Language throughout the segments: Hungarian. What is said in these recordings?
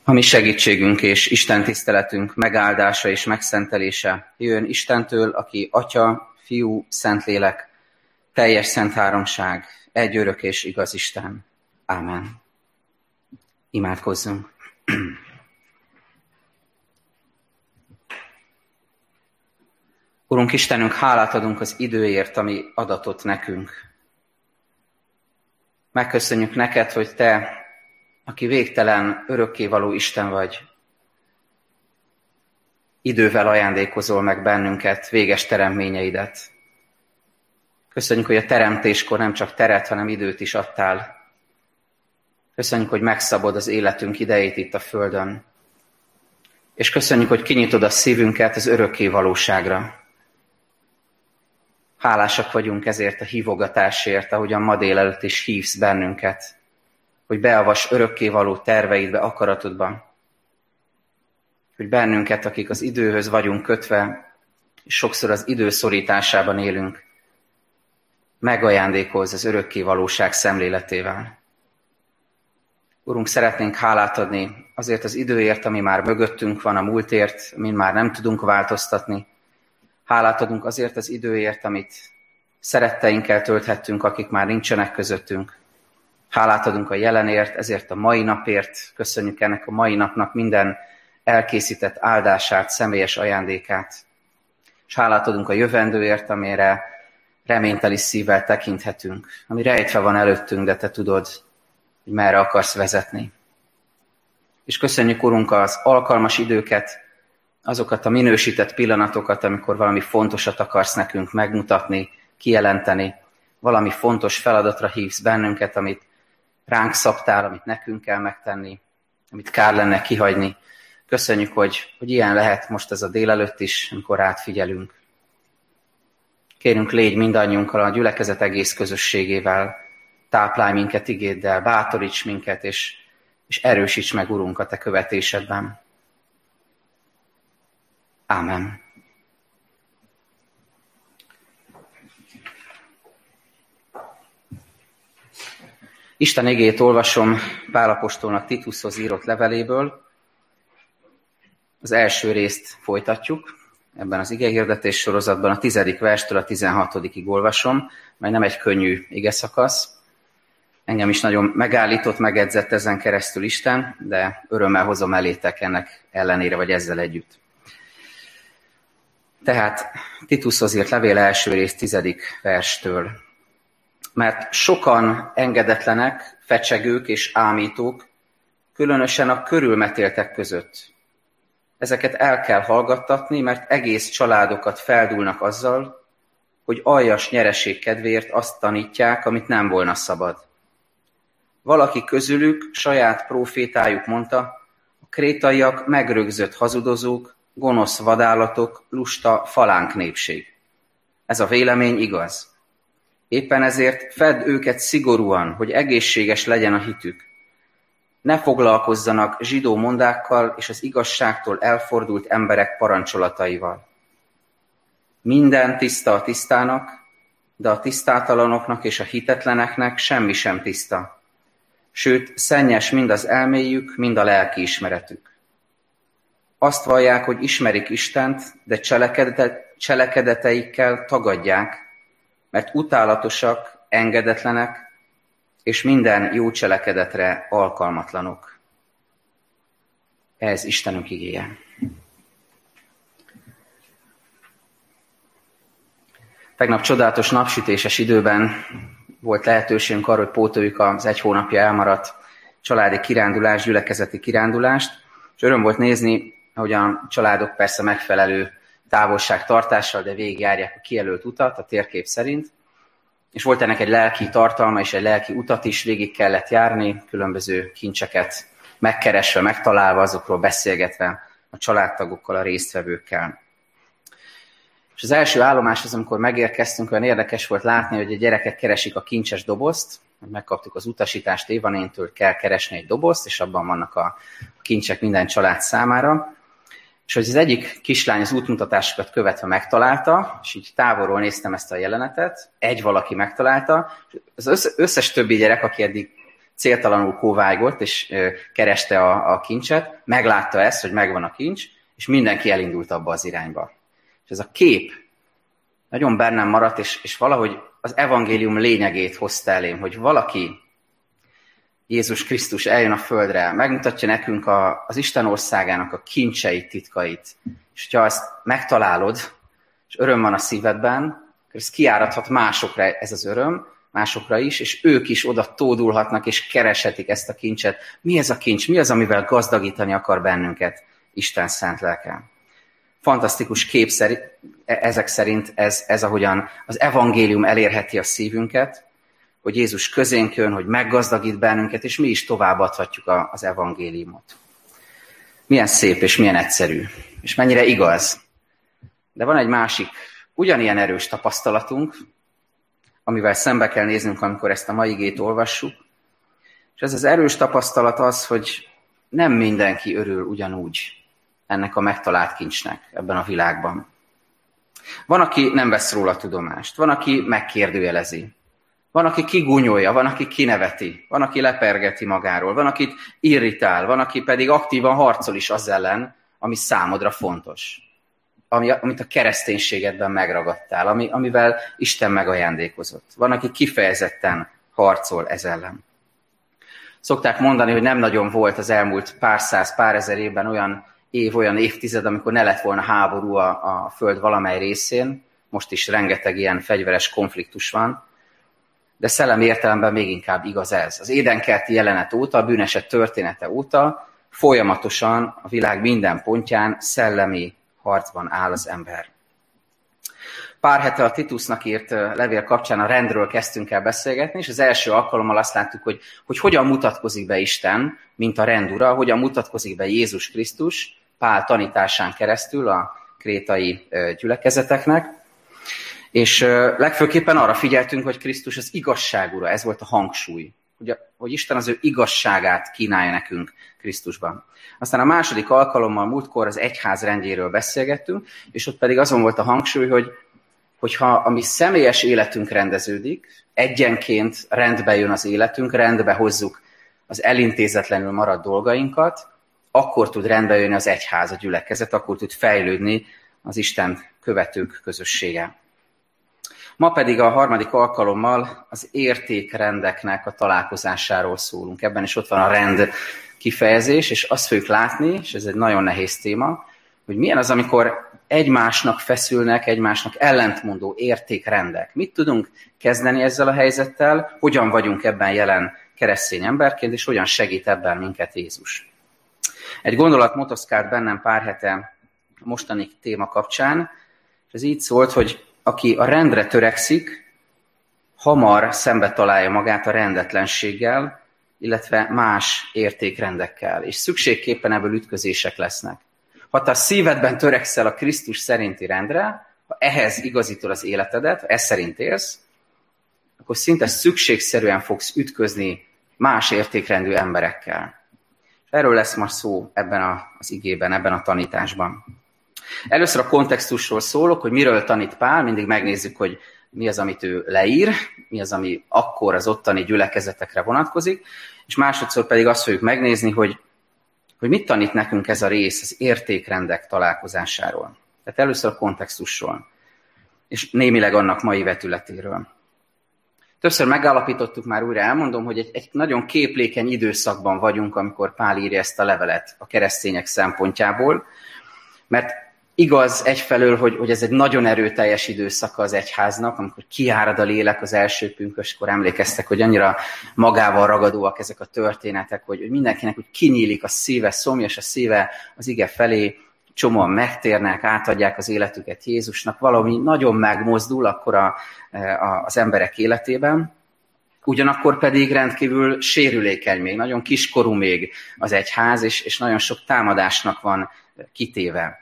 A mi segítségünk és Isten tiszteletünk megáldása és megszentelése jön Istentől, aki Atya, Fiú, Szentlélek, teljes szent háromság, egy örök és igaz Isten. Ámen. Imádkozzunk. Urunk Istenünk, hálát adunk az időért, ami adatott nekünk. Megköszönjük neked, hogy te, aki végtelen, örökkévaló Isten vagy, idővel ajándékozol meg bennünket, véges teremtményeidet. Köszönjük, hogy a teremtéskor nem csak teret, hanem időt is adtál. Köszönjük, hogy megszabod az életünk idejét itt a földön. És köszönjük, hogy kinyitod a szívünket az örökké valóságra. Hálásak vagyunk ezért a hívogatásért, ahogyan ma délelőtt is hívsz bennünket, hogy beavass örökkévaló terveidbe, akaratodban, hogy bennünket, akik az időhöz vagyunk kötve, és sokszor az idő szorításában élünk, megajándékozz az örökkévalóság szemléletével. Urunk, szeretnénk hálát adni azért az időért, ami már mögöttünk van, a múltért, amin már nem tudunk változtatni. Hálát adunk azért az időért, amit szeretteinkkel tölthettünk, akik már nincsenek közöttünk. Hálát adunk a jelenért, ezért a mai napért, köszönjük ennek a mai napnak minden elkészített áldását, személyes ajándékát. És hálát adunk a jövendőért, amire reményteli szívvel tekinthetünk, ami rejtve van előttünk, de te tudod, hogy merre akarsz vezetni. És köszönjük, Urunk, az alkalmas időket, azokat a minősített pillanatokat, amikor valami fontosat akarsz nekünk megmutatni, kijelenteni, valami fontos feladatra hívsz bennünket, amit ránk szabtál, amit nekünk kell megtenni, amit kár lenne kihagyni. Köszönjük, hogy ilyen lehet most ez a délelőtt is, amikor rád figyelünk. Kérünk, légy mindannyiunkkal, a gyülekezet egész közösségével, táplálj minket igéddel, bátoríts minket, és erősíts meg, Urunk, a te követésedben. Ámen. Isten igéjét olvasom Pál apostolnak Titushoz írott leveléből. Az első részt folytatjuk. Ebben az igehirdetés sorozatban a 10. verstől a 16-ig olvasom, mely nem egy könnyű igeszakasz. Engem is nagyon megállított, megedzett ezen keresztül Isten, de örömmel hozom elétek ennek ellenére, vagy ezzel együtt. Tehát Titushoz írt levél első rész 10. verstől. Mert sokan engedetlenek, fecsegők és ámítók, különösen a körülmetéltek között. Ezeket el kell hallgattatni, mert egész családokat feldúlnak azzal, hogy aljas nyereség kedvéért azt tanítják, amit nem volna szabad. Valaki közülük saját prófétájuk mondta, a krétaiak megrögzött hazudozók, gonosz vadállatok, lusta falánk népség. Ez a vélemény igaz. Éppen ezért fedd őket szigorúan, hogy egészséges legyen a hitük. Ne foglalkozzanak zsidó mondákkal és az igazságtól elfordult emberek parancsolataival. Minden tiszta a tisztának, de a tisztátalanoknak és a hitetleneknek semmi sem tiszta. Sőt, szennyes mind az elméjük, mind a lelki ismeretük. Azt vallják, hogy ismerik Istent, de cselekedeteikkel tagadják, mert utálatosak, engedetlenek, és minden jó cselekedetre alkalmatlanok. Ez Istenünk igéje. Tegnap csodálatos napsütéses időben volt lehetőségünk arra, hogy pótoljuk az egy hónapja elmaradt családi kirándulást, gyülekezeti kirándulást, és öröm volt nézni, ahogy a családok persze megfelelő távolságtartással, de végigjárják a kijelölt utat a térkép szerint, és volt ennek egy lelki tartalma és egy lelki utat is, végig kellett járni, különböző kincseket megkeresve, megtalálva, azokról beszélgetve a családtagokkal, a résztvevőkkel. És az első állomás az, amikor megérkeztünk, olyan érdekes volt látni, hogy a gyerekek keresik a kincses dobozt, megkaptuk az utasítást Évanéntől, kell keresni egy dobozt, és abban vannak a kincsek minden család számára. És hogy az egyik kislány az útmutatásokat követve megtalálta, és így távolról néztem ezt a jelenetet, egy valaki megtalálta, és az összes többi gyerek, aki eddig céltalanul kóvájgott, és kereste a kincset, meglátta ezt, hogy megvan a kincs, és mindenki elindult abba az irányba. És ez a kép nagyon bennem maradt, és valahogy az evangélium lényegét hozta elém, hogy valaki, Jézus Krisztus eljön a földre, megmutatja nekünk az Isten országának a kincseit, titkait. És ha ezt megtalálod, és öröm van a szívedben, akkor ez kiáradhat másokra ez az öröm, másokra is, és ők is oda tódulhatnak, és kereshetik ezt a kincset. Mi ez a kincs? Mi az, amivel gazdagítani akar bennünket Isten szent lelke? Fantasztikus kép ezek szerint ez ahogyan az evangélium elérheti a szívünket, hogy Jézus közénk jön, hogy meggazdagít bennünket, és mi is továbbadhatjuk az evangéliumot. Milyen szép és milyen egyszerű, és mennyire igaz. De van egy másik, ugyanilyen erős tapasztalatunk, amivel szembe kell néznünk, amikor ezt a mai igét olvassuk. És ez az erős tapasztalat az, hogy nem mindenki örül ugyanúgy ennek a megtalált kincsnek ebben a világban. Van, aki nem vesz róla tudomást, van, aki megkérdőjelezi, van, aki kigúnyolja, van, aki kineveti, van, aki lepergeti magáról, van, akit irritál, van, aki pedig aktívan harcol is az ellen, ami számodra fontos, amit a kereszténységedben megragadtál, amivel Isten megajándékozott. Van, aki kifejezetten harcol ez ellen. Szokták mondani, hogy nem nagyon volt az elmúlt pár száz, pár ezer évben olyan évtized, amikor ne lett volna háború a Föld valamely részén. Most is rengeteg ilyen fegyveres konfliktus van, de szellemi értelemben még inkább igaz ez. Az édenkerti jelenet óta, a bűneset története óta folyamatosan a világ minden pontján szellemi harcban áll az ember. Pár hete a Titusnak írt levél kapcsán a rendről kezdtünk el beszélgetni, és az első alkalommal azt láttuk, hogy hogyan mutatkozik be Isten, mint a rendura, hogyan mutatkozik be Jézus Krisztus Pál tanításán keresztül a krétai gyülekezeteknek. És legfőképpen arra figyeltünk, hogy Krisztus az igazság ura, ez volt a hangsúly, hogy Isten az ő igazságát kínálja nekünk Krisztusban. Aztán a második alkalommal múltkor az egyház rendjéről beszélgettünk, és ott pedig azon volt a hangsúly, hogyha a mi személyes életünk rendeződik, egyenként rendbe jön az életünk, rendbe hozzuk az elintézetlenül maradt dolgainkat, akkor tud rendbe jönni az egyház, a gyülekezet, akkor tud fejlődni az Isten követők közössége. Ma pedig a harmadik alkalommal az értékrendeknek a találkozásáról szólunk. Ebben is ott van a rend kifejezés, és azt fogjuk látni, és ez egy nagyon nehéz téma, hogy milyen az, amikor egymásnak feszülnek, egymásnak ellentmondó értékrendek. Mit tudunk kezdeni ezzel a helyzettel, hogyan vagyunk ebben jelen keresztény emberként, és hogyan segít ebben minket Jézus. Egy gondolat motoszkált bennem pár hete a mostani téma kapcsán, és ez így szólt, hogy aki a rendre törekszik, hamar szembe találja magát a rendetlenséggel, illetve más értékrendekkel, és szükségképpen ebből ütközések lesznek. Ha te a szívedben törekszel a Krisztus szerinti rendre, ha ehhez igazítod az életedet, ha ez szerint élsz, akkor szinte szükségszerűen fogsz ütközni más értékrendű emberekkel. És erről lesz ma szó ebben az igében, ebben a tanításban. Először a kontextusról szólok, hogy miről tanít Pál, mindig megnézzük, hogy mi az, amit ő leír, mi az, ami akkor az ottani gyülekezetekre vonatkozik, és másodszor pedig azt fogjuk megnézni, hogy mit tanít nekünk ez a rész az értékrendek találkozásáról. Tehát először a kontextusról, és némileg annak mai vetületéről. Többször megállapítottuk, már újra elmondom, hogy egy nagyon képlékeny időszakban vagyunk, amikor Pál írja ezt a levelet a keresztények szempontjából, mert igaz egyfelől, hogy ez egy nagyon erőteljes időszaka az egyháznak, amikor kiárad a lélek az első pünköskor, emlékeztek, hogy annyira magával ragadóak ezek a történetek, hogy mindenkinek úgy kinyílik a szíve, szomjas a szíve az ige felé, csomóan megtérnek, átadják az életüket Jézusnak, valami nagyon megmozdul akkor az emberek életében, ugyanakkor pedig rendkívül sérülékeny még, nagyon kiskorú még az egyház, és nagyon sok támadásnak van kitéve.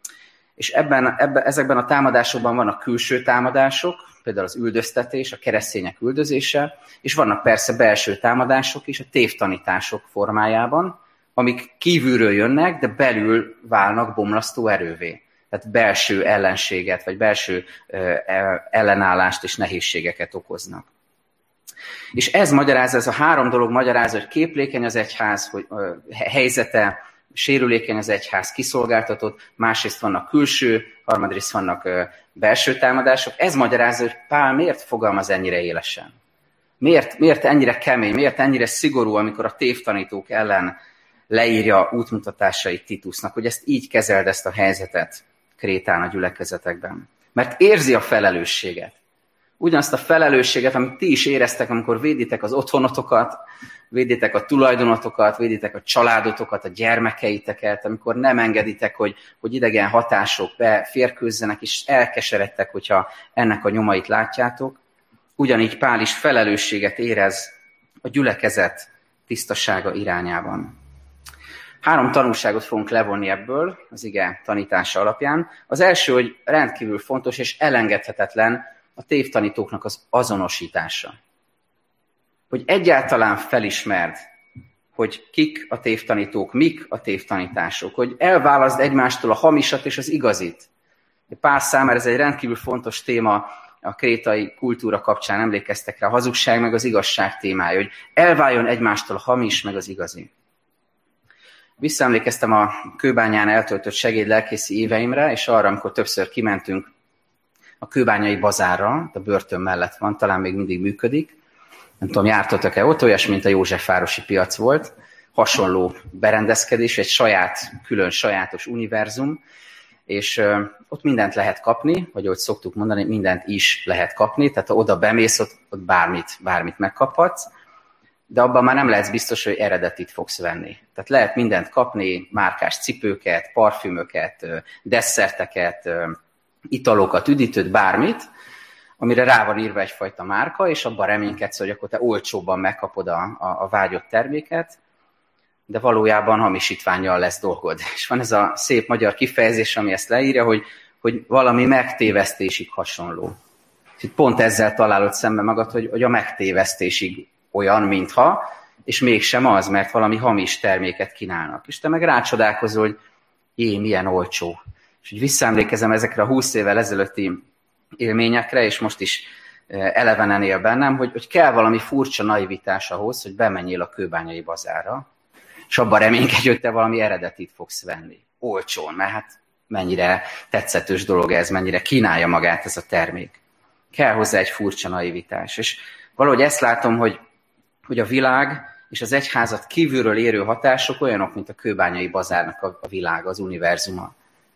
És ezekben a támadásokban vannak külső támadások, például az üldöztetés, a keresztények üldözése, és vannak persze belső támadások is a tévtanítások formájában, amik kívülről jönnek, de belül válnak bomlasztó erővé. Tehát belső ellenséget, vagy belső ellenállást és nehézségeket okoznak. És ez a 3 dolog magyarázza, hogy képlékeny az egyház, hogy helyzete, sérülékeny az egyház, kiszolgáltatott, másrészt vannak külső, harmadrészt vannak belső támadások. Ez magyarázza, hogy Pál miért fogalmaz ennyire élesen. Miért ennyire kemény, miért ennyire szigorú, amikor a tévtanítók ellen leírja útmutatásait Titusnak, hogy ezt így kezeld ezt a helyzetet Krétán a gyülekezetekben. Mert érzi a felelősséget. Ugyanazt a felelősséget, amit ti is éreztek, amikor véditek az otthonotokat, véditek a tulajdonotokat, véditek a családotokat, a gyermekeiteket, amikor nem engeditek, hogy idegen hatások beférkőzzenek, és elkeseredtek, hogyha ennek a nyomait látjátok. Ugyanígy Pál is felelősséget érez a gyülekezet tisztasága irányában. 3 tanulságot fogunk levonni ebből az ige tanítása alapján. Az első, hogy rendkívül fontos és elengedhetetlen a tévtanítóknak az azonosítása. Hogy egyáltalán felismerd, hogy kik a tévtanítók, mik a tévtanítások, hogy elválaszd egymástól a hamisat és az igazit. Pál számára ez egy rendkívül fontos téma a krétai kultúra kapcsán, emlékeztek rá, a hazugság meg az igazság témája, hogy elváljon egymástól a hamis meg az igazi. Visszaemlékeztem a Kőbányán eltöltött segédlelkészi éveimre, és arra, amikor többször kimentünk a kőbányai bazárra, a börtön mellett van, talán még mindig működik. Nem tudom, jártatok-e ott, olyasmi, mint a Józsefvárosi piac volt. Hasonló berendezkedés, egy külön sajátos univerzum, és ott mindent lehet kapni, vagy ahogy szoktuk mondani, mindent is lehet kapni, tehát ha oda bemész, ott bármit megkaphatsz, de abban már nem lehetsz biztos, hogy eredetit fogsz venni. Tehát lehet mindent kapni, márkás cipőket, parfümöket, desszerteket, italokat, üdítőt, bármit, amire rá van írva egyfajta márka, és abban reménykedsz, hogy akkor te olcsóbban megkapod a vágyott terméket, de valójában hamisítvánnyal lesz dolgod. És van ez a szép magyar kifejezés, ami ezt leírja, hogy valami megtévesztésig hasonló. És pont ezzel találod szembe magad, hogy a megtévesztésig olyan, mintha, és mégsem az, mert valami hamis terméket kínálnak. És te meg rácsodálkozol, hogy milyen olcsó. És úgy visszaemlékezem ezekre a 20 évvel ezelőtti élményekre, és most is elevenen él bennem, hogy kell valami furcsa naivitás ahhoz, hogy bemenjél a kőbányai bazárra, és abban reménykedj, hogy te valami eredetit fogsz venni. Olcsón, mert hát mennyire tetszetős dolog ez, mennyire kínálja magát ez a termék. Kell hozzá egy furcsa naivitás. És valahogy ezt látom, hogy a világ és az egyházat kívülről érő hatások olyanok, mint a kőbányai bazárnak a világa, az univerzuma.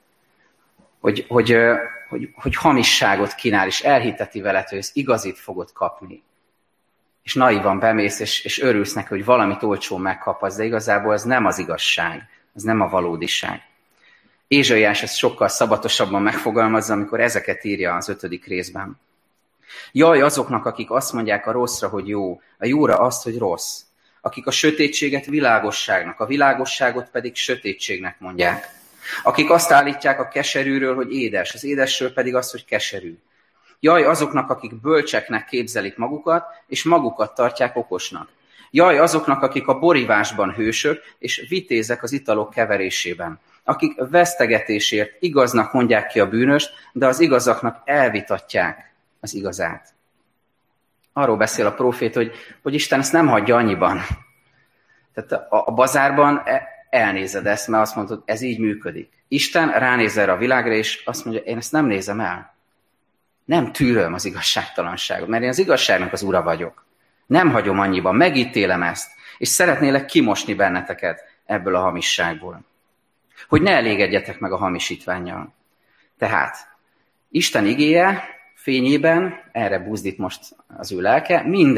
Hogy hamisságot kínál, és elhiteti veled, hogy az igazit fogod kapni. És naivan bemész, és örülsz neki, hogy valamit olcsón megkapsz, de igazából ez nem az igazság, ez nem a valódiság. Ézsaiás ezt sokkal szabatosabban megfogalmazza, amikor ezeket írja az 5. részben. Jaj azoknak, akik azt mondják a rosszra, hogy jó, a jóra azt, hogy rossz. Akik a sötétséget világosságnak, a világosságot pedig sötétségnek mondják. Akik azt állítják a keserűről, hogy édes, az édesről pedig azt, hogy keserű. Jaj azoknak, akik bölcseknek képzelik magukat, és magukat tartják okosnak. Jaj azoknak, akik a borivásban hősök, és vitézek az italok keverésében. Akik vesztegetésért igaznak mondják ki a bűnöst, de az igazaknak elvitatják az igazát. Arról beszél a prófét, hogy Isten ezt nem hagyja annyiban. Tehát a bazárban elnézed ezt, mert azt mondod, ez így működik. Isten ránéz erre a világra, és azt mondja, én ezt nem nézem el. Nem tűröm az igazságtalanságot, mert én az igazságnak az ura vagyok. Nem hagyom annyiban, megítélem ezt, és szeretnélek kimosni benneteket ebből a hamisságból. Hogy ne elégedjetek meg a hamisítvánnyal. Tehát Isten igéje fényében, erre buzdít most az ő lelke,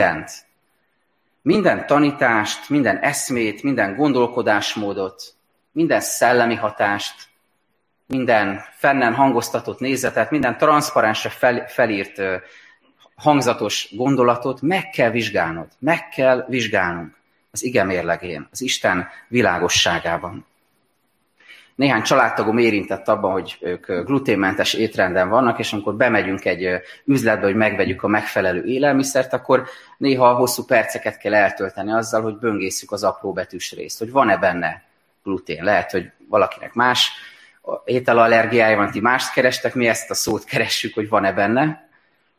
minden tanítást, minden eszmét, minden gondolkodásmódot, minden szellemi hatást, minden fennen hangoztatott nézetet, minden transzparensre felírt hangzatos gondolatot meg kell vizsgálnunk az ige mérlegén, az Isten világosságában. Néhány családtagom érintett abban, hogy ők gluténmentes étrenden vannak, és amikor bemegyünk egy üzletbe, hogy megvegyük a megfelelő élelmiszert, akkor néha hosszú perceket kell eltölteni azzal, hogy böngészük az apróbetűs részt, hogy van-e benne glutén. Lehet, hogy valakinek más ételallergiája van, ti mást kerestek, mi ezt a szót keressük, hogy van-e benne.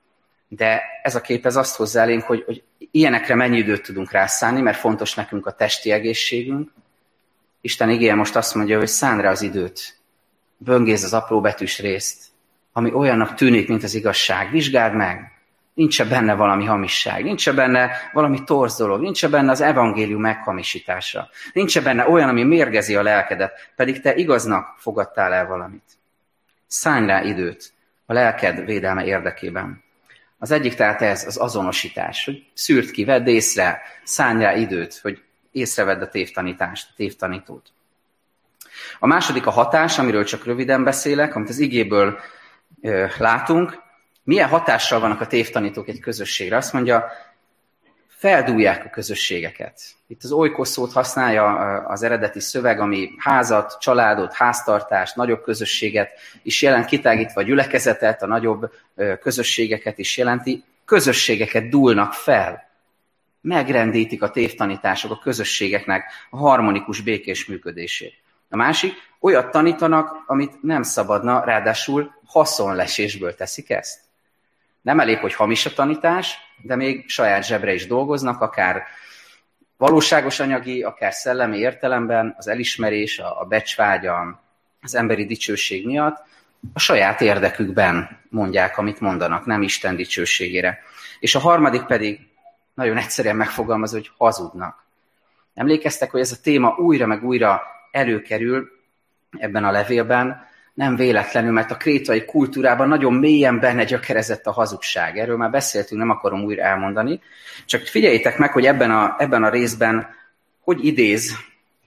De ez a kép ez azt hozzá elénk, hogy ilyenekre mennyi időt tudunk rászánni, mert fontos nekünk a testi egészségünk. Isten igéje most azt mondja, hogy szánd rá az időt. Böngészz az apró betűs részt, ami olyannak tűnik, mint az igazság. Vizsgáld meg. Nincs benne valami hamisság, nincs benne valami torz dolog, nincs benne az evangélium meghamisítása. Nincs benne olyan, ami mérgezi a lelkedet, pedig te igaznak fogadtál el valamit. Szánj rá időt a lelked védelme érdekében. Az egyik tehát ez, az azonosítás, hogy szűrd ki, vedd észre, szánj rá időt, hogy észrevedd a tévtanítást, a tévtanítót. A második a hatás, amiről csak röviden beszélek, amit az igéből látunk. Milyen hatással vannak a tévtanítók egy közösségre? Azt mondja, feldúlják a közösségeket. Itt az oikos szót használja az eredeti szöveg, ami házat, családot, háztartást, nagyobb közösséget is jelent, kitágítva a gyülekezetet, a nagyobb közösségeket is jelenti. Közösségeket dúlnak fel. Megrendítik a tévtanítások a közösségeknek a harmonikus, békés működését. A másik, olyat tanítanak, amit nem szabadna, ráadásul haszonlesésből teszik ezt. Nem elég, hogy hamis a tanítás, de még saját zsebre is dolgoznak, akár valóságos anyagi, akár szellemi értelemben, az elismerés, a becsvágy, az emberi dicsőség miatt, a saját érdekükben mondják, amit mondanak, nem Isten dicsőségére. És a harmadik pedig nagyon egyszerűen megfogalmaz, hogy hazudnak. Emlékeztek, hogy ez a téma újra meg újra előkerül ebben a levélben, nem véletlenül, mert a krétai kultúrában nagyon mélyen benne gyökerezett a hazugság. Erről már beszéltünk, nem akarom újra elmondani. Csak figyeljétek meg, hogy ebben a részben hogy idéz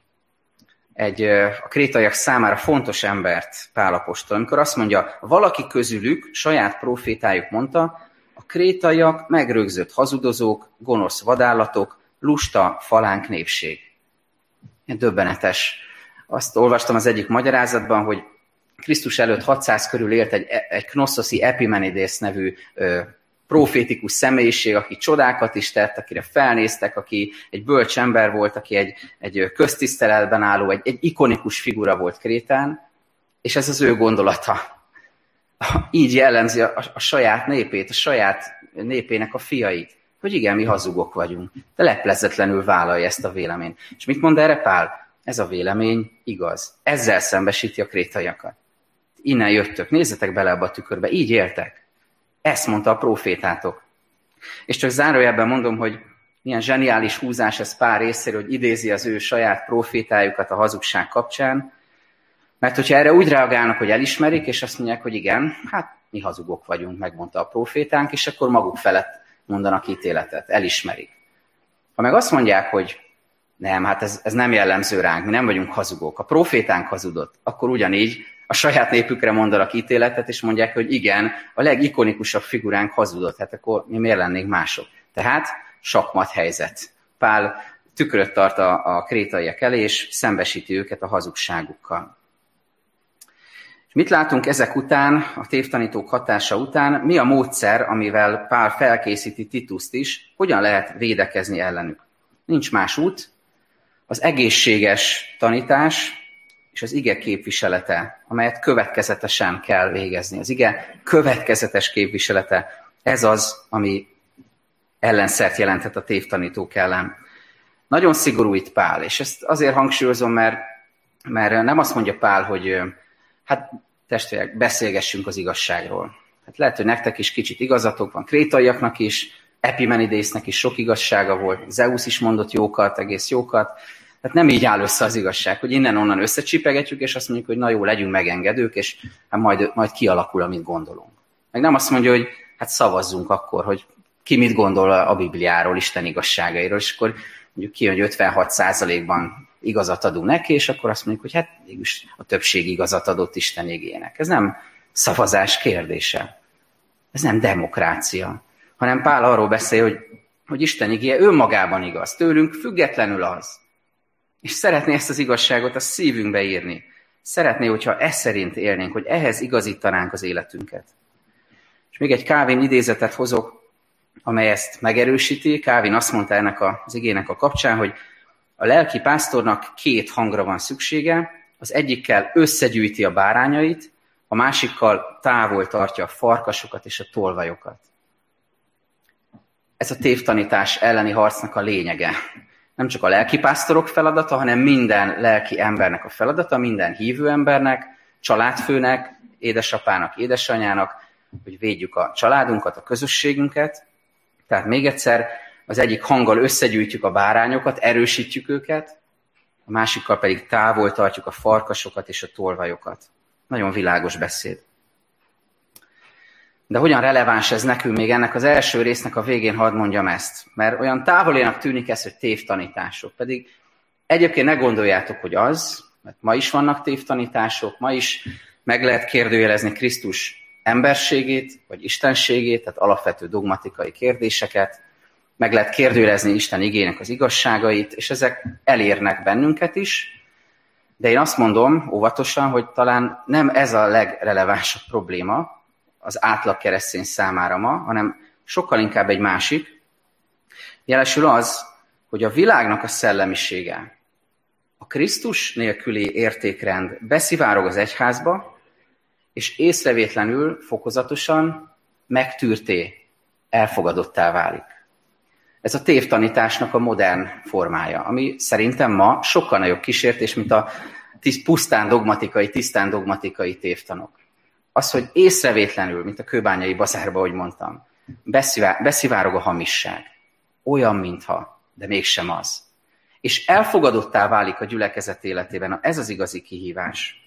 a krétaiak számára fontos embert Pál apostol, amikor azt mondja, valaki közülük, saját profétájuk mondta, a krétaiak megrögzött hazudozók, gonosz vadállatok, lusta falánk népség. Döbbenetes. Azt olvastam az egyik magyarázatban, hogy Krisztus előtt 600 körül élt egy Knosszoszi Epimenides nevű profétikus személyiség, aki csodákat is tett, akire felnéztek, aki egy bölcs ember volt, aki egy köztiszteletben álló, egy ikonikus figura volt Krétán, és ez az ő gondolata. Így jellemzi a saját népét, a saját népének a fiait, hogy igen, mi hazugok vagyunk, de leplezetlenül vállalja ezt a véleményt. És mit mond erre Pál? Ez a vélemény igaz. Ezzel szembesíti a krétaiakat. Innen jöttök, nézzetek bele abba a tükörbe, így éltek. Ezt mondta a profétátok. És csak zárójelben mondom, hogy milyen zseniális húzás ez Pál részéről, hogy idézi az ő saját profétájukat a hazugság kapcsán, mert hogyha erre úgy reagálnak, hogy elismerik, és azt mondják, hogy igen, hát mi hazugok vagyunk, megmondta a profétánk, és akkor maguk felett mondanak ítéletet, elismerik. Ha meg azt mondják, hogy nem, hát ez nem jellemző ránk, mi nem vagyunk hazugok, a profétánk hazudott, akkor ugyanígy a saját népükre mondanak ítéletet, és mondják, hogy igen, a legikonikusabb figuránk hazudott, hát akkor mi miért lennénk mások? Tehát sakmat helyzet. Pál tükröt tart a krétaiak elé, és szembesíti őket a hazugságukkal. És mit látunk ezek után, a tévtanítók hatása után? Mi a módszer, amivel Pál felkészíti Tituszt is, hogyan lehet védekezni ellenük? Nincs más út, az egészséges tanítás és az ige képviselete, amelyet következetesen kell végezni. Az ige következetes képviselete, ez az, ami ellenszert jelenthet a tévtanítók ellen. Nagyon szigorú itt Pál, és ezt azért hangsúlyozom, mert nem azt mondja Pál, hogy hát testvérek, beszélgessünk az igazságról. Hát lehet, hogy nektek is kicsit igazatok van, krétaiaknak is, Epimenidésznek is sok igazsága volt, Zeusz is mondott jókat, egész jókat. Tehát nem így áll össze az igazság, hogy innen-onnan összecsipegetjük, és azt mondjuk, hogy na jó, legyünk megengedők, és hát majd kialakul, amit gondolunk. Meg nem azt mondja, hogy hát szavazzunk akkor, hogy ki mit gondol a Bibliáról, Isten igazságairól, és akkor mondjuk kijön, hogy 56%-ban igazat adunk neki, és akkor azt mondjuk, hogy hát mégis a többség igazat adott Isten igének. Ez nem szavazás kérdése. Ez nem demokrácia. Hanem Pál arról beszél, hogy Isten igéje önmagában igaz. Tőlünk függetlenül az. És szeretné ezt az igazságot a szívünkbe írni. Szeretné, hogyha ez szerint élnénk, hogy ehhez igazítanánk az életünket. És még egy Calvin idézetet hozok, amely ezt megerősíti. Calvin azt mondta ennek az igének a kapcsán, hogy a lelki pásztornak 2 hangra van szüksége, az egyikkel összegyűjti a bárányait, a másikkal távol tartja a farkasokat és a tolvajokat. Ez a tévtanítás elleni harcnak a lényege. Nem csak a lelkipásztorok feladata, hanem minden lelki embernek a feladata, minden hívő embernek, családfőnek, édesapának, édesanyának, hogy védjük a családunkat, a közösségünket. Tehát még egyszer, az egyik hanggal összegyűjtjük a bárányokat, erősítjük őket, a másikkal pedig távol tartjuk a farkasokat és a tolvajokat. Nagyon világos beszéd. De hogyan releváns ez nekünk? Még ennek az első résznek a végén hadd mondjam ezt. Mert olyan távolénak tűnik ez, hogy tévtanítások. Pedig egyébként ne gondoljátok, hogy az, mert ma is vannak tévtanítások, ma is meg lehet kérdőjelezni Krisztus emberségét, vagy istenségét, tehát alapvető dogmatikai kérdéseket, meg lehet kérdőjelezni Isten igének az igazságait, és ezek elérnek bennünket is, de én azt mondom óvatosan, hogy talán nem ez a legrelevánsabb probléma az átlag keresztény számára ma, hanem sokkal inkább egy másik. Jelesül az, hogy a világnak a szellemisége, a Krisztus nélküli értékrend beszivárog az egyházba, és észrevétlenül, fokozatosan megtűrté, elfogadottá válik. Ez a tévtanításnak a modern formája, ami szerintem ma sokkal nagyobb kísértés, mint a tisztán dogmatikai tévtanok. Az, hogy észrevétlenül, mint a kőbányai bazárba, ahogy mondtam, beszivárog a hamisság. Olyan, mintha, de mégsem az. És elfogadottá válik a gyülekezet életében. Ez az igazi kihívás.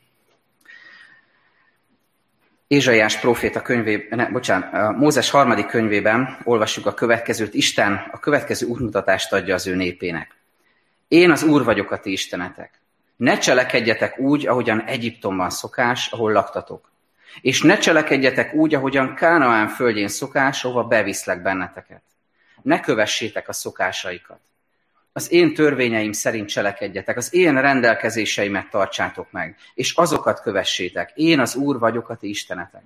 Ézsaiás próféta Mózes 3. könyvében olvassuk a következőt. Isten a következő útmutatást adja az ő népének. Én az Úr vagyok a ti istenetek. Ne cselekedjetek úgy, ahogyan Egyiptomban szokás, ahol laktatok. És ne cselekedjetek úgy, ahogyan Kánaán földjén szokás, ahova beviszlek benneteket. Ne kövessétek a szokásaikat. Az én törvényeim szerint cselekedjetek, az én rendelkezéseimet tartsátok meg, és azokat kövessétek. Én az Úr vagyok a ti istenetek.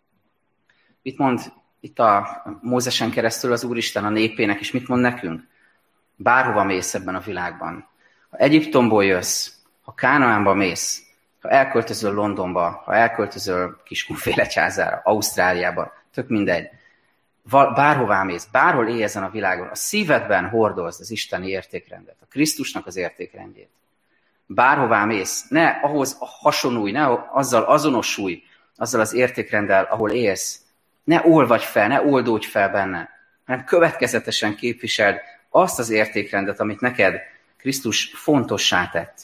Mit mond itt a Mózesen keresztül az Úristen a népének, és mit mond nekünk? Bárhova mész ebben a világban. Ha Egyiptomból jössz, ha Kánaánba mész, ha elköltözöl Londonba, ha elköltözöl Kiskunfélegyházára, Ausztráliába, tök mindegy. Bárhová mész, bárhol élj ezen a világon, a szívedben hordozd az isteni értékrendet, a Krisztusnak az értékrendjét. Bárhová mész, ne ahhoz hasonulj, ne azzal azonosulj, azzal az értékrenddel, ahol élsz. Ne olvadj fel, ne oldódj fel benne, hanem következetesen képviseld azt az értékrendet, amit neked Krisztus fontossá tett.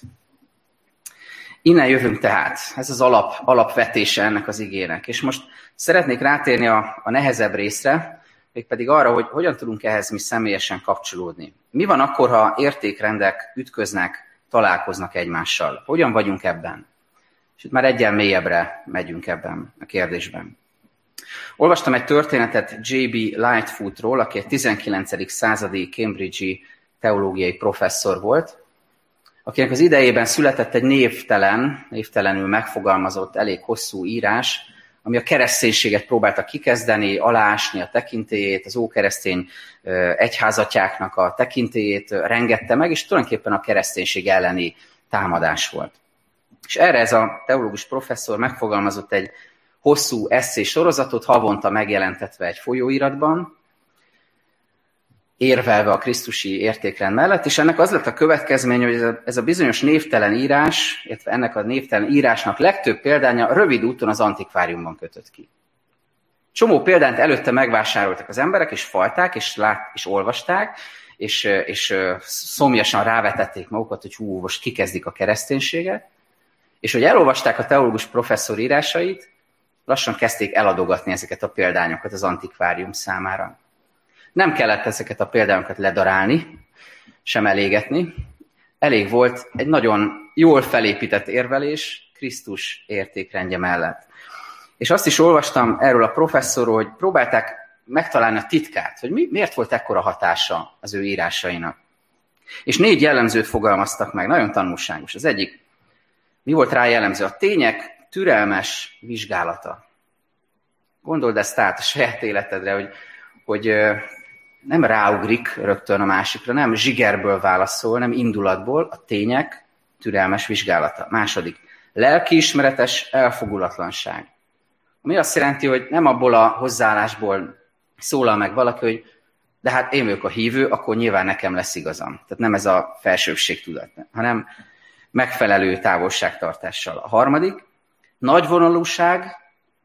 Innen jövünk tehát, ez az alapvetése ennek az igének. És most szeretnék rátérni a nehezebb részre, mégpedig arra, hogy hogyan tudunk ehhez mi személyesen kapcsolódni. Mi van akkor, ha értékrendek ütköznek, találkoznak egymással? Hogyan vagyunk ebben? És itt már egyen mélyebbre megyünk ebben a kérdésben. Olvastam egy történetet J.B. Lightfootról, aki egy 19. századi Cambridge-i teológiai professzor volt, akinek az idejében született egy névtelenül megfogalmazott, elég hosszú írás, ami a kereszténységet próbálta kikezdeni, alásni a tekintélyét, az ókeresztény egyházatjáknak a tekintélyét rengette meg, és tulajdonképpen a kereszténység elleni támadás volt. És erre ez a teológus professzor megfogalmazott egy hosszú esszé sorozatot, havonta megjelentetve egy folyóiratban, érvelve a krisztusi értékrend mellett, és ennek az lett a következmény, hogy ez a bizonyos névtelen írás, illetve ennek a névtelen írásnak legtöbb példánya rövid úton az antikváriumban kötött ki. Csomó példányt előtte megvásároltak az emberek, és falták, és olvasták, és szomjasan rávetették magukat, hogy most kikezdik a kereszténységet, és hogy elolvasták a teológus professzor írásait, lassan kezdték eladogatni ezeket a példányokat az antikvárium számára. Nem kellett ezeket a példányokat ledarálni, sem elégetni. Elég volt egy nagyon jól felépített érvelés Krisztus értékrendje mellett. És azt is olvastam erről a professzorról, hogy próbálták megtalálni a titkát, hogy miért volt ekkora hatása az ő írásainak. És 4 jellemzőt fogalmaztak meg, nagyon tanulságos. Az egyik, mi volt rá jellemző? A tények türelmes vizsgálata. Gondold ezt át a saját életedre, hogy nem ráugrik rögtön a másikra, nem zsigerből válaszol, nem indulatból, a tények türelmes vizsgálata. Második, lelkiismeretes elfogulatlanság. Ami azt jelenti, hogy nem abból a hozzáállásból szólal meg valaki, hogy de hát én vagyok a hívő, akkor nyilván nekem lesz igazam. Tehát nem ez a felsőbbségtudat, hanem megfelelő távolságtartással. A harmadik, nagyvonalúság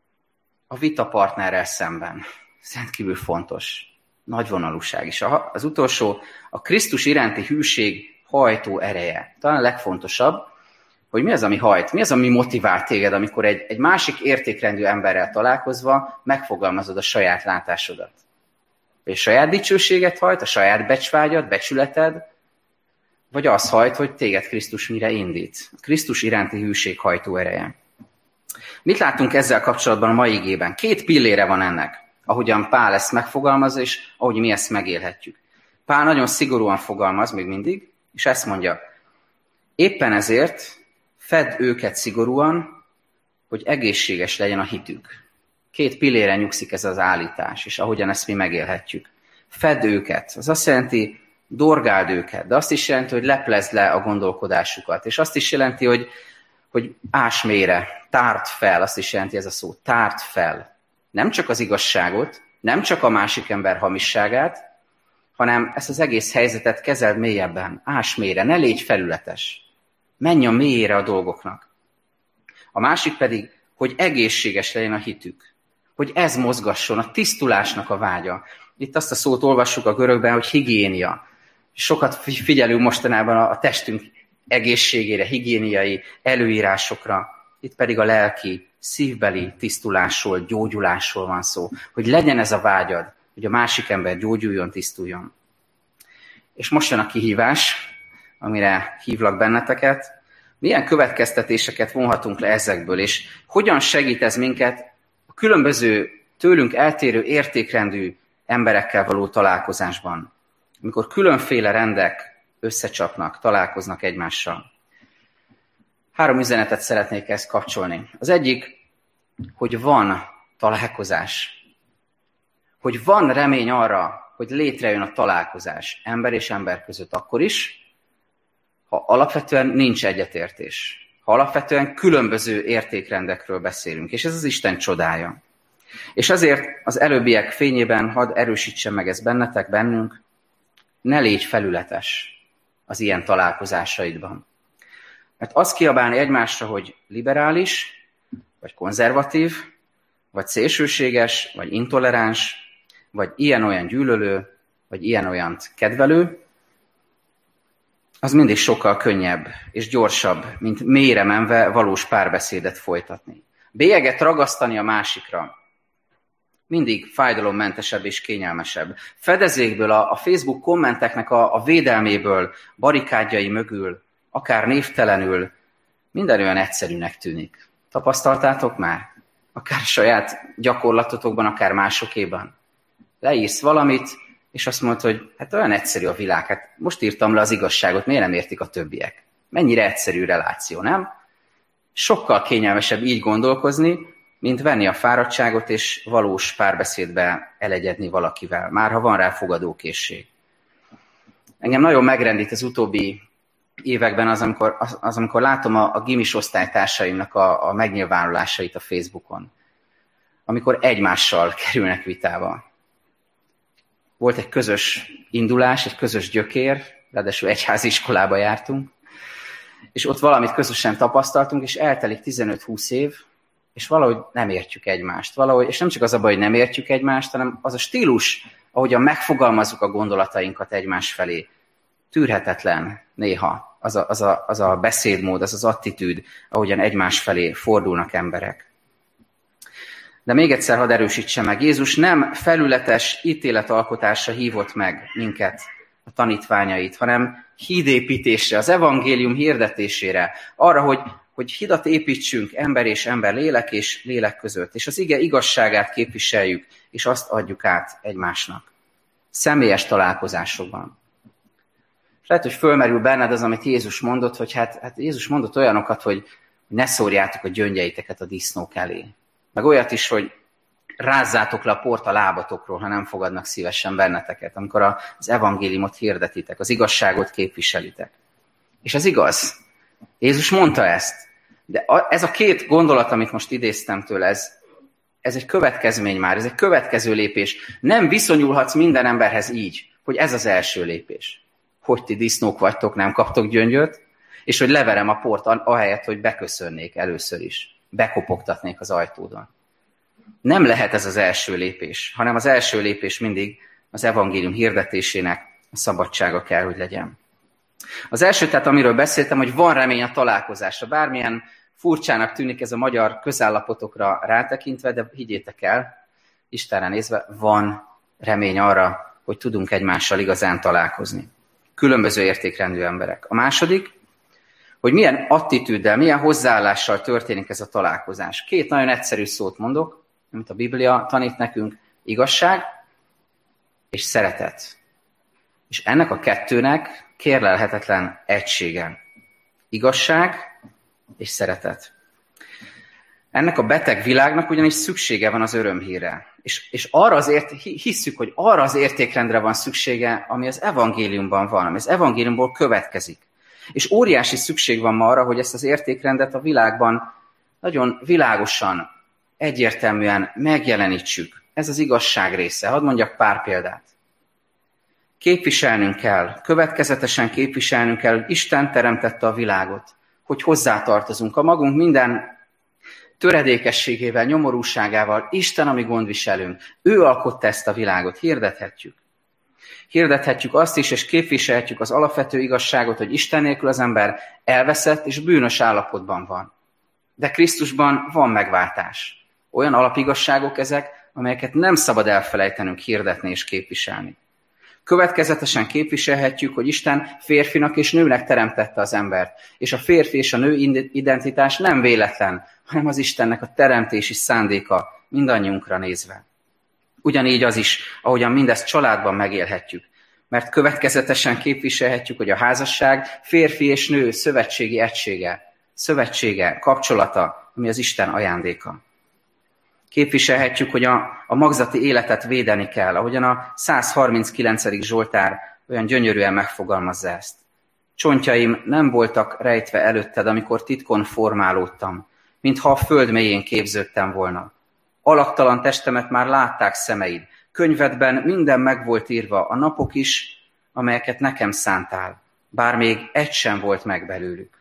a vitapartnerrel szemben. Ez rendkívül fontos. Nagyvonalúság is. Az utolsó, a Krisztus iránti hűség hajtó ereje. Talán a legfontosabb, hogy mi az, ami hajt, mi az, ami motivál téged, amikor egy másik értékrendű emberrel találkozva megfogalmazod a saját látásodat. Vagy a saját dicsőséget hajt, a saját becsvágyad, becsületed, vagy az hajt, hogy téged Krisztus mire indít. A Krisztus iránti hűség hajtó ereje. Mit látunk ezzel kapcsolatban a mai igében? 2 pillére van ennek, ahogyan Pál ezt megfogalmazza, és ahogy mi ezt megélhetjük. Pál nagyon szigorúan fogalmaz még mindig, és ezt mondja, éppen ezért fedd őket szigorúan, hogy egészséges legyen a hitük. 2 pillére nyugszik ez az állítás, és ahogyan ezt mi megélhetjük. Fedd őket, az azt jelenti, dorgáld őket, de azt is jelenti, hogy leplezd le a gondolkodásukat, és azt is jelenti, hogy ás mélyre, tárd fel, azt is jelenti ez a szó, tárd fel. Nem csak az igazságot, nem csak a másik ember hamisságát, hanem ezt az egész helyzetet kezeld mélyebben, ás mélyre, ne légy felületes. Menj a mélyére a dolgoknak. A másik pedig, hogy egészséges legyen a hitük. Hogy ez mozgasson, a tisztulásnak a vágya. Itt azt a szót olvassuk a görögben, hogy higiénia. Sokat figyelünk mostanában a testünk egészségére, higiéniai előírásokra. Itt pedig a lelki, szívbeli tisztulásról, gyógyulásról van szó. Hogy legyen ez a vágyad, hogy a másik ember gyógyuljon, tisztuljon. És most jön a kihívás, amire hívlak benneteket. Milyen következtetéseket vonhatunk le ezekből, és hogyan segít ez minket a különböző, tőlünk eltérő értékrendű emberekkel való találkozásban, amikor különféle rendek összecsapnak, találkoznak egymással. 3 üzenetet szeretnék ezt kapcsolni. Az egyik, hogy van találkozás. Hogy van remény arra, hogy létrejön a találkozás ember és ember között akkor is, ha alapvetően nincs egyetértés. Ha alapvetően különböző értékrendekről beszélünk. És ez az Isten csodája. És azért az előbbiek fényében hadd erősítsem meg ezt bennetek, bennünk, ne légy felületes az ilyen találkozásaidban. Mert azt kiabálni egymásra, hogy liberális, vagy konzervatív, vagy szélsőséges, vagy intoleráns, vagy ilyen-olyan gyűlölő, vagy ilyen-olyant kedvelő, az mindig sokkal könnyebb és gyorsabb, mint mélyre menve valós párbeszédet folytatni. Bélyeget ragasztani a másikra mindig fájdalommentesebb és kényelmesebb. Fedezékből, a Facebook kommenteknek a védelméből, barikádjai mögül, akár névtelenül, minden olyan egyszerűnek tűnik. Tapasztaltátok már? Akár saját gyakorlatotokban, akár másokéban. Leírsz valamit, és azt mondod, hogy hát olyan egyszerű a világ, hát most írtam le az igazságot, miért nem értik a többiek? Mennyire egyszerű reláció, nem? Sokkal kényelmesebb így gondolkozni, mint venni a fáradtságot és valós párbeszédbe elegyedni valakivel, már ha van rá fogadókészség. Engem nagyon megrendít az utóbbi években amikor látom a gimis osztálytársaimnak a megnyilvánulásait a Facebookon, amikor egymással kerülnek vitába. Volt egy közös indulás, egy közös gyökér, ráadásul egyházi iskolába jártunk, és ott valamit közösen tapasztaltunk, és eltelik 15-20 év, és valahogy nem értjük egymást. És nem csak az a baj, hogy nem értjük egymást, hanem az a stílus, ahogyan megfogalmazzuk a gondolatainkat egymás felé, tűrhetetlen néha az a beszédmód, az attitűd, ahogyan egymás felé fordulnak emberek. De még egyszer hadd erősítsem meg, Jézus nem felületes ítéletalkotásra hívott meg minket, a tanítványait, hanem hídépítésre, az evangélium hirdetésére, arra, hogy hidat építsünk ember és ember, lélek és lélek között, és az ige igazságát képviseljük, és azt adjuk át egymásnak. Személyes találkozásokban. És lehet, hogy fölmerül benned az, amit Jézus mondott, hogy hát Jézus mondott olyanokat, hogy ne szórjátok a gyöngyeiteket a disznók elé. Meg olyat is, hogy rázzátok le a port a lábatokról, ha nem fogadnak szívesen benneteket, amikor az evangéliumot hirdetitek, az igazságot képviselitek. És ez igaz. Jézus mondta ezt. De ez a 2 gondolat, amit most idéztem tőle, Ez egy következmény már, ez egy következő lépés. Nem viszonyulhatsz minden emberhez így, hogy ez az első lépés. Hogy ti disznók vagytok, nem kaptok gyöngyöt, és hogy leverem a port ahelyett, hogy beköszönnék először is. Bekopogtatnék az ajtódon. Nem lehet ez az első lépés, hanem az első lépés mindig az evangélium hirdetésének a szabadsága kell, hogy legyen. Az első, tehát amiről beszéltem, hogy van remény a találkozásra. Bármilyen furcsának tűnik ez a magyar közállapotokra rátekintve, de higgyétek el, Istenre nézve, van remény arra, hogy tudunk egymással igazán találkozni. Különböző értékrendű emberek. A második, hogy milyen attitűddel, milyen hozzáállással történik ez a találkozás. Két nagyon egyszerű szót mondok, amit a Biblia tanít nekünk, igazság és szeretet. És ennek a kettőnek kérlelhetetlen egysége. Igazság és szeretet. Ennek a beteg világnak ugyanis szüksége van az örömhírre. És arra hisszük, hogy arra az értékrendre van szüksége, ami az evangéliumban van, ami az evangéliumból következik. És óriási szükség van ma arra, hogy ezt az értékrendet a világban nagyon világosan, egyértelműen megjelenítsük. Ez az igazság része. Hadd mondjak pár példát. Képviselnünk kell, következetesen képviselnünk kell, hogy Isten teremtette a világot, hogy hozzátartozunk a magunk minden töredékességével, nyomorúságával. Isten a mi gondviselünk. Ő alkotta ezt a világot, hirdethetjük. Hirdethetjük azt is, és képviselhetjük az alapvető igazságot, hogy Isten nélkül az ember elveszett és bűnös állapotban van. De Krisztusban van megváltás. Olyan alapigazságok ezek, amelyeket nem szabad elfelejtenünk hirdetni és képviselni. Következetesen képviselhetjük, hogy Isten férfinak és nőnek teremtette az embert, és a férfi és a nő identitás nem véletlen, hanem az Istennek a teremtési szándéka mindannyiunkra nézve. Ugyanígy az is, ahogyan mindezt családban megélhetjük, mert következetesen képviselhetjük, hogy a házasság férfi és nő szövetségi egysége, kapcsolata, ami az Isten ajándéka. Képviselhetjük, hogy a magzati életet védeni kell, ahogyan a 139. Zsoltár olyan gyönyörűen megfogalmazza ezt. Csontjaim nem voltak rejtve előtted, amikor titkon formálódtam, mintha a föld mélyén képződtem volna. Alaktalan testemet már látták szemeid. Könyvedben minden meg volt írva, a napok is, amelyeket nekem szántál, bár még egy sem volt meg belőlük.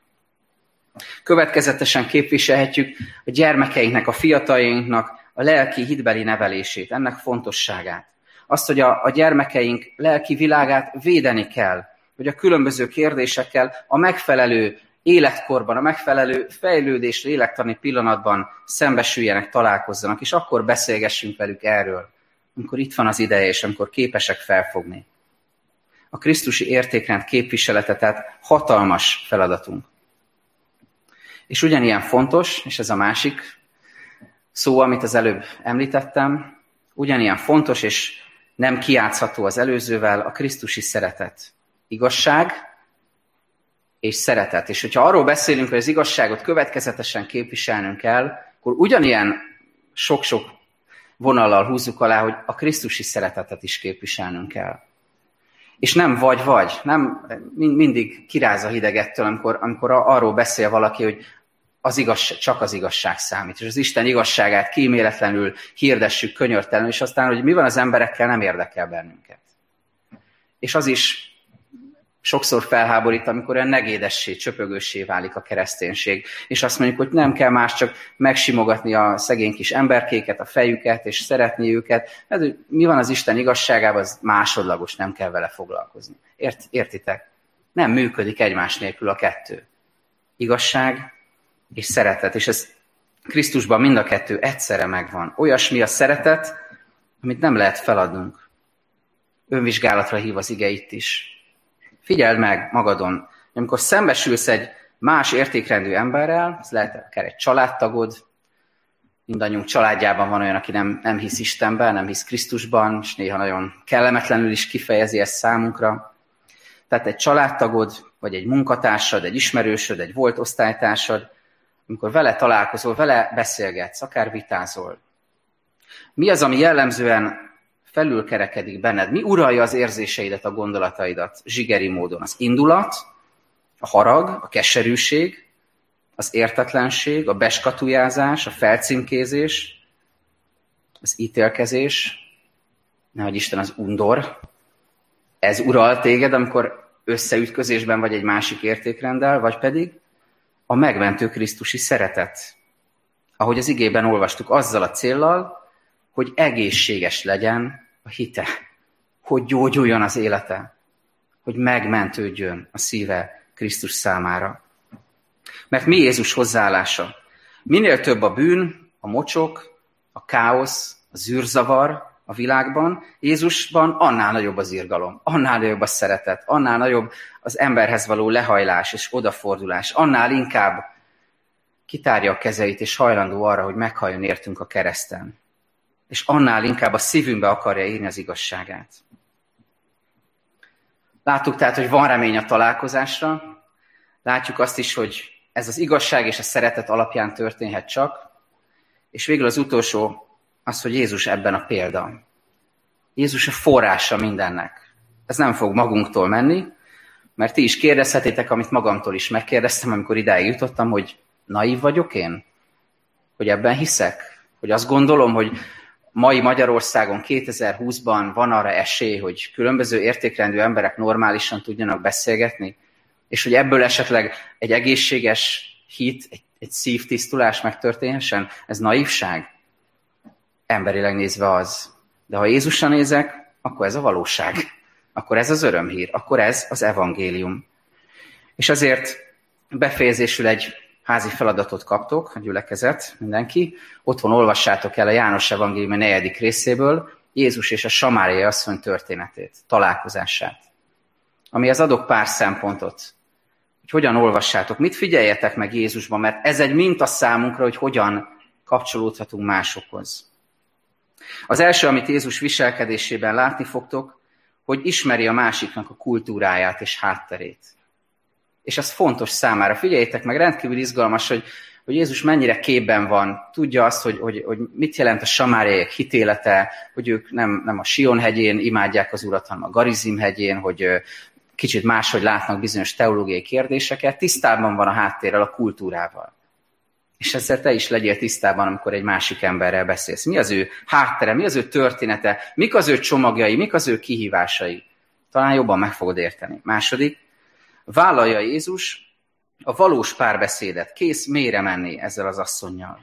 Következetesen képviselhetjük a gyermekeinknek, a fiataljainknak a lelki hitbeli nevelését, ennek fontosságát. Azt, hogy a gyermekeink lelki világát védeni kell, hogy a különböző kérdésekkel a megfelelő életkorban, a megfelelő fejlődés lélektani pillanatban szembesüljenek, találkozzanak, és akkor beszélgessünk velük erről, amikor itt van az ideje, és amikor képesek felfogni. A krisztusi értékrend képviselete, tehát hatalmas feladatunk. És ugyanilyen fontos, és ez a másik szó, amit az előbb említettem, ugyanilyen fontos, és nem kijátszható az előzővel, a krisztusi szeretet. Igazság és szeretet. És hogyha arról beszélünk, hogy az igazságot következetesen képviselnünk kell, akkor ugyanilyen sok-sok vonallal húzzuk alá, hogy a krisztusi szeretetet is képviselnünk kell. És nem vagy-vagy, nem mindig kiráz a hideg ettől, amikor arról beszél valaki, hogy csak az igazság számít. És az Isten igazságát kíméletlenül hirdessük könyörtelenül, és aztán, hogy mi van az emberekkel, nem érdekel bennünket. És az is sokszor felháborít, amikor olyan negédessé, csöpögőssé válik a kereszténység. És azt mondjuk, hogy nem kell más, csak megsimogatni a szegény kis emberkéket, a fejüket, és szeretni őket. Hát, hogy mi van az Isten igazságában, az másodlagos, nem kell vele foglalkozni. Értitek? Nem működik egymás nélkül a kettő. Igazság és szeretet. És ez Krisztusban mind a kettő egyszerre megvan. Olyasmi a szeretet, amit nem lehet feladnunk. Önvizsgálatra hív az ige itt is. Figyeld meg magadon, amikor szembesülsz egy más értékrendű emberrel, ez lehet akár egy családtagod, mindannyiunk családjában van olyan, aki nem hisz Istenben, nem hisz Krisztusban, és néha nagyon kellemetlenül is kifejezi ezt számunkra. Tehát egy családtagod, vagy egy munkatársad, egy ismerősöd, egy volt osztálytársad, amikor vele találkozol, vele beszélgetsz, akár vitázol. Mi az, ami jellemzően felülkerekedik benned? Mi uralja az érzéseidet, a gondolataidat zsigeri módon? Az indulat, a harag, a keserűség, az értetlenség, a beskatujázás, a felcímkézés, az ítélkezés, nehogy Isten az undor, ez ural téged, amikor összeütközésben vagy egy másik értékrenddel, vagy pedig a megmentő krisztusi szeretet. Ahogy az igében olvastuk, azzal a céllal, hogy egészséges legyen a hite, hogy gyógyuljon az élete, hogy megmentődjön a szíve Krisztus számára. Mert mi Jézus hozzáállása? Minél több a bűn, a mocsok, a káosz, a zűrzavar a világban, Jézusban annál nagyobb az irgalom, annál nagyobb a szeretet, annál nagyobb az emberhez való lehajlás és odafordulás, annál inkább kitárja a kezeit és hajlandó arra, hogy meghalljon értünk a kereszten. És annál inkább a szívünkbe akarja írni az igazságát. Láttuk tehát, hogy van remény a találkozásra, látjuk azt is, hogy ez az igazság és a szeretet alapján történhet csak, és végül az utolsó az, hogy Jézus ebben a példa. Jézus a forrása mindennek. Ez nem fog magunktól menni, mert ti is kérdezhetitek, amit magamtól is megkérdeztem, amikor idáig jutottam, hogy naív vagyok én? Hogy ebben hiszek? Hogy azt gondolom, hogy mai Magyarországon 2020-ban van arra esély, hogy különböző értékrendű emberek normálisan tudjanak beszélgetni, és hogy ebből esetleg egy egészséges hit, egy szívtisztulás megtörténhessen? Ez naívság? Emberileg nézve az. De ha Jézusra nézek, akkor ez a valóság. Akkor ez az örömhír. Akkor ez az evangélium. És azért befejezésül egy házi feladatot kaptok, a gyülekezet, mindenki. Otthon olvassátok el a János evangélium 4. részéből Jézus és a samáriai asszony történetét, találkozását. Amihez adok pár szempontot, hogy hogyan olvassátok, mit figyeljetek meg Jézusban, mert ez egy minta számunkra, hogy hogyan kapcsolódhatunk másokhoz. Az első, amit Jézus viselkedésében látni fogtok, hogy ismeri a másiknak a kultúráját és hátterét. És ez fontos számára. Figyeljétek meg, rendkívül izgalmas, hogy Jézus mennyire képben van, tudja azt, hogy mit jelent a samáriaiak hitélete, hogy ők nem a Sion hegyén imádják az Urat, hanem a Garizim hegyén, hogy kicsit máshogy látnak bizonyos teológiai kérdéseket, tisztában van a háttérrel, a kultúrával. És ezzel te is legyél tisztában, amikor egy másik emberrel beszélsz. Mi az ő háttere, mi az ő története, mik az ő csomagjai, mik az ő kihívásai. Talán jobban meg fogod érteni. Második, vállalja Jézus a valós párbeszédet, kész mélyre menni ezzel az asszonnyal.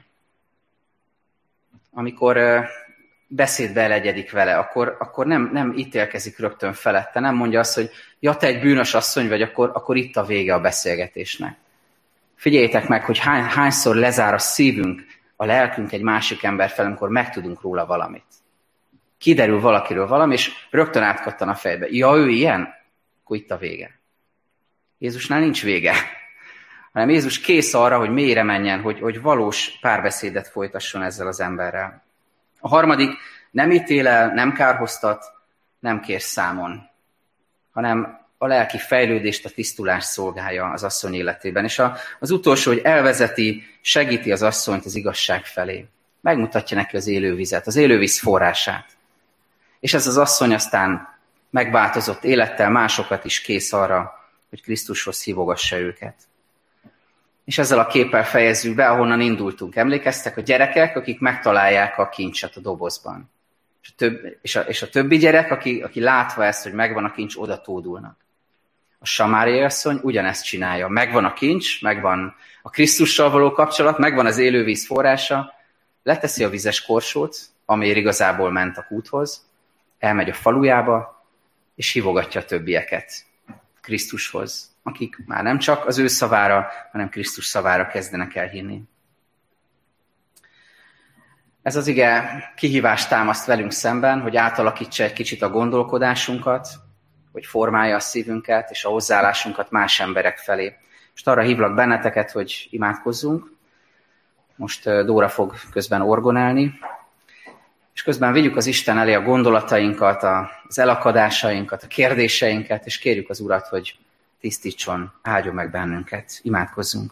Amikor beszédbe elegyedik vele, akkor nem ítélkezik rögtön felette, nem mondja azt, hogy ja, te egy bűnös asszony vagy, akkor itt a vége a beszélgetésnek. Figyeljétek meg, hogy hányszor lezár a szívünk, a lelkünk egy másik ember fel, amikor megtudunk róla valamit. Kiderül valakiről valami, és rögtön átkattan a fejbe. Ja, ő ilyen? Akkor itt a vége. Jézusnál nincs vége, hanem Jézus kész arra, hogy mélyre menjen, hogy valós párbeszédet folytasson ezzel az emberrel. A harmadik, nem ítél el, nem kárhoztat, nem kér számon, hanem a lelki fejlődést, a tisztulást szolgálja az asszony életében. És az utolsó, hogy elvezeti, segíti az asszonyt az igazság felé. Megmutatja neki az élővizet, az élővíz forrását. És ez az asszony aztán megváltozott élettel másokat is kész arra, hogy Krisztushoz hívogassa őket. És ezzel a képpel fejezzük be, ahonnan indultunk. Emlékeztek a gyerekek, akik megtalálják a kincset a dobozban. És a többi gyerek, aki látva ezt, hogy megvan a kincs, oda tódulnak. A samáriai asszony ugyanezt csinálja. Megvan a kincs, megvan a Krisztussal való kapcsolat, megvan az élővíz forrása, leteszi a vizes korsót, amiért igazából ment a kúthoz, elmegy a falujába, és hívogatja a többieket Krisztushoz, akik már nem csak az ő szavára, hanem Krisztus szavára kezdenek el hinni. Ez az ige kihívást támaszt velünk szemben, hogy átalakítsa egy kicsit a gondolkodásunkat, hogy formálja a szívünket és a hozzáállásunkat más emberek felé. Most arra hívlak benneteket, hogy imádkozzunk. Most Dóra fog közben orgonálni, és közben vigyük az Isten elé a gondolatainkat, az elakadásainkat, a kérdéseinket, és kérjük az Urat, hogy tisztítson, áldjon meg bennünket. Imádkozzunk.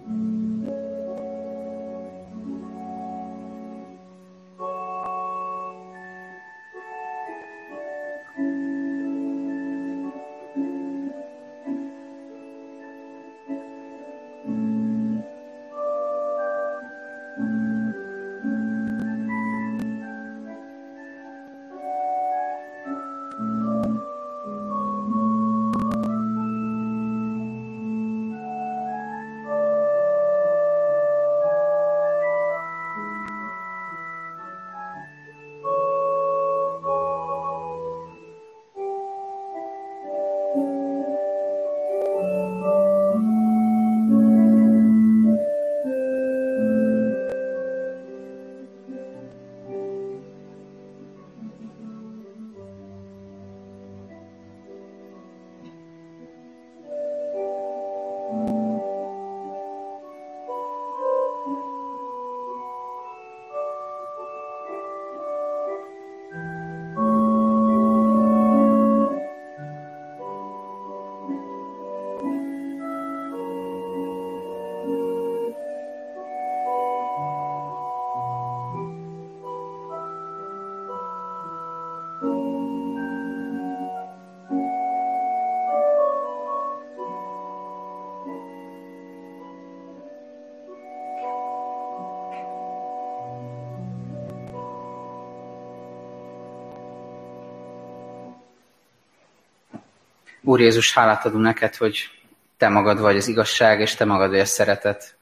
Úr Jézus, hálát adunk neked, hogy te magad vagy az igazság, és te magad vagy a szeretet.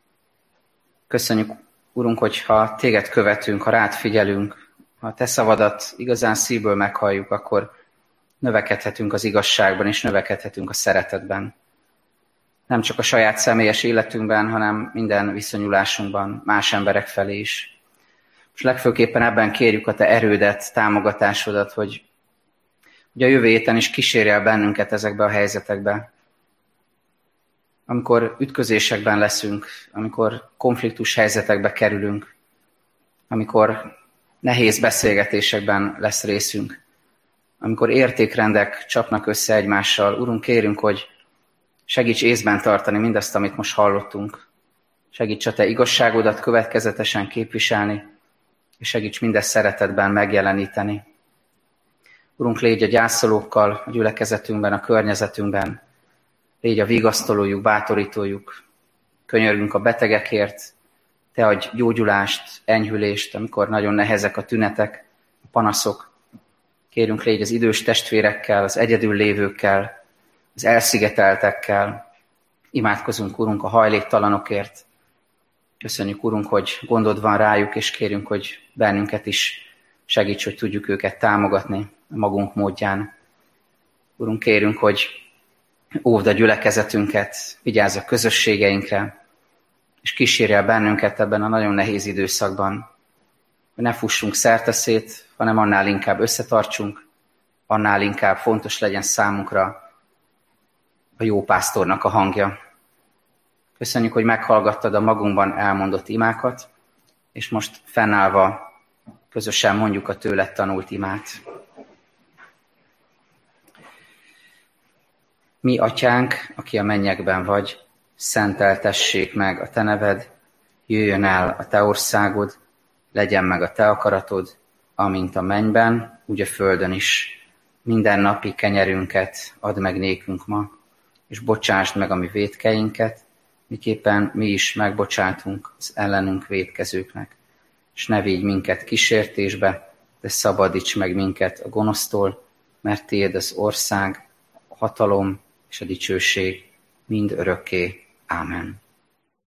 Köszönjük, Urunk, hogyha téged követünk, ha rád figyelünk, ha a te szavadat igazán szívből meghalljuk, akkor növekedhetünk az igazságban, és növekedhetünk a szeretetben. Nem csak a saját személyes életünkben, hanem minden viszonyulásunkban, más emberek felé is. És legfőképpen ebben kérjük a te erődet, támogatásodat, hogy a jövő héten is kísérj el bennünket ezekbe a helyzetekbe. Amikor ütközésekben leszünk, amikor konfliktus helyzetekbe kerülünk, amikor nehéz beszélgetésekben lesz részünk, amikor értékrendek csapnak össze egymással, Urunk, kérünk, hogy segíts észben tartani mindazt, amit most hallottunk. Segíts a te igazságodat következetesen képviselni, és segíts mindezt szeretetben megjeleníteni. Urunk, légy a gyászolókkal a gyülekezetünkben, a környezetünkben, légy a vigasztalójuk, bátorítójuk. Könyörgünk a betegekért, te adj gyógyulást, enyhülést, amikor nagyon nehezek a tünetek, a panaszok. Kérünk, légy az idős testvérekkel, az egyedül lévőkkel, az elszigeteltekkel. Imádkozunk, Urunk, a hajléktalanokért. Köszönjük, Urunk, hogy gondod van rájuk, és kérünk, hogy bennünket is segíts, hogy tudjuk őket támogatni a magunk módján. Urunk, kérünk, hogy óvd a gyülekezetünket, vigyázz a közösségeinkre, és kísérj el bennünket ebben a nagyon nehéz időszakban, hogy ne fussunk szerteszét, hanem annál inkább összetartsunk, annál inkább fontos legyen számunkra a jó pásztornak a hangja. Köszönjük, hogy meghallgattad a magunkban elmondott imákat, és most fennállva közösen mondjuk a tőled tanult imát. Mi, Atyánk, aki a mennyekben vagy, szenteltessék meg a te neved, jöjjön el a te országod, legyen meg a te akaratod, amint a mennyben, úgy a földön is. Minden napi kenyerünket add meg nékünk ma, és bocsásd meg a mi vétkeinket, miképpen mi is megbocsátunk az ellenünk vétkezőknek. És ne vigy minket kísértésbe, de szabadíts meg minket a gonosztól, mert tiéd az ország, a hatalom és a dicsőség mind örökké. Ámen.